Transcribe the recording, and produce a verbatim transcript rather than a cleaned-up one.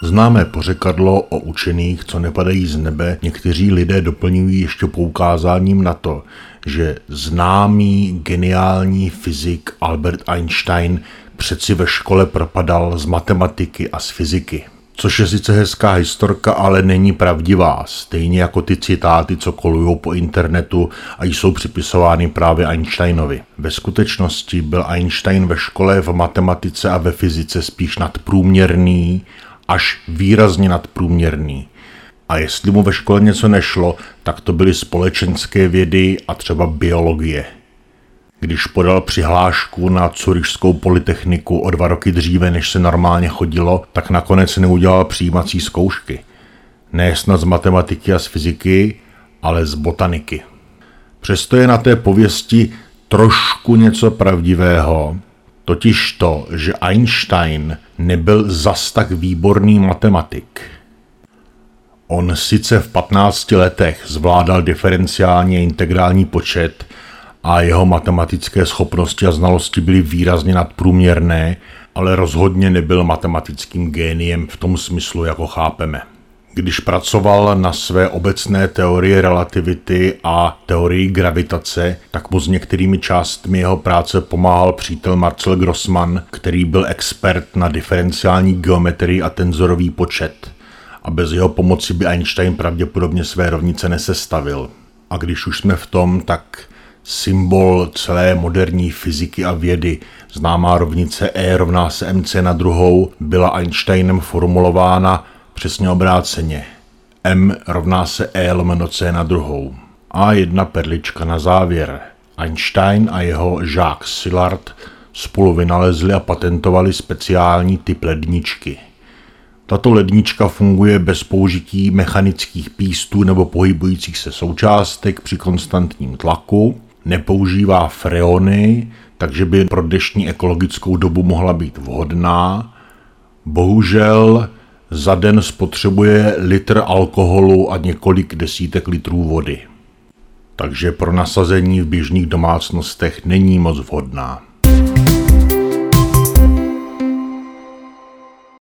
Známé pořekadlo o učených, co nepadají z nebe, někteří lidé doplňují ještě poukázáním na to, že známý geniální fyzik Albert Einstein přeci ve škole propadal z matematiky a z fyziky. Což je sice hezká historka, ale není pravdivá, stejně jako ty citáty, co kolujou po internetu a jsou připisovány právě Einsteinovi. Ve skutečnosti byl Einstein ve škole v matematice a ve fyzice spíš nadprůměrný, až výrazně nadprůměrný. A jestli mu ve škole něco nešlo, tak to byly společenské vědy a třeba biologie. Když podal přihlášku na Curyšskou polytechniku o dva roky dříve, než se normálně chodilo, tak nakonec neudělal přijímací zkoušky. Ne snad z matematiky a z fyziky, ale z botaniky. Přesto je na té pověsti trošku něco pravdivého, totiž to, že Einstein nebyl zas tak výborný matematik. On sice v patnácti letech zvládal diferenciální a integrální počet a jeho matematické schopnosti a znalosti byly výrazně nadprůměrné, ale rozhodně nebyl matematickým géniem v tom smyslu, jako chápeme. Když pracoval na své obecné teorie relativity a teorii gravitace, tak mu s některými částmi jeho práce pomáhal přítel Marcel Grossmann, který byl expert na diferenciální geometrii a tenzorový počet. A bez jeho pomoci by Einstein pravděpodobně své rovnice nesestavil. A když už jsme v tom, tak symbol celé moderní fyziky a vědy, známá rovnice E rovná se mc na druhou, byla Einsteinem formulována přesně obráceně. M rovná se E lomeno C na druhou. A jedna perlička na závěr. Einstein a jeho žák Szilard spolu vynalezli a patentovali speciální typ ledničky. Tato lednička funguje bez použití mechanických pístů nebo pohybujících se součástek při konstantním tlaku, nepoužívá freony, takže by pro dnešní ekologickou dobu mohla být vhodná. Bohužel za den spotřebuje litr alkoholu a několik desítek litrů vody. Takže pro nasazení v běžných domácnostech není moc vhodná.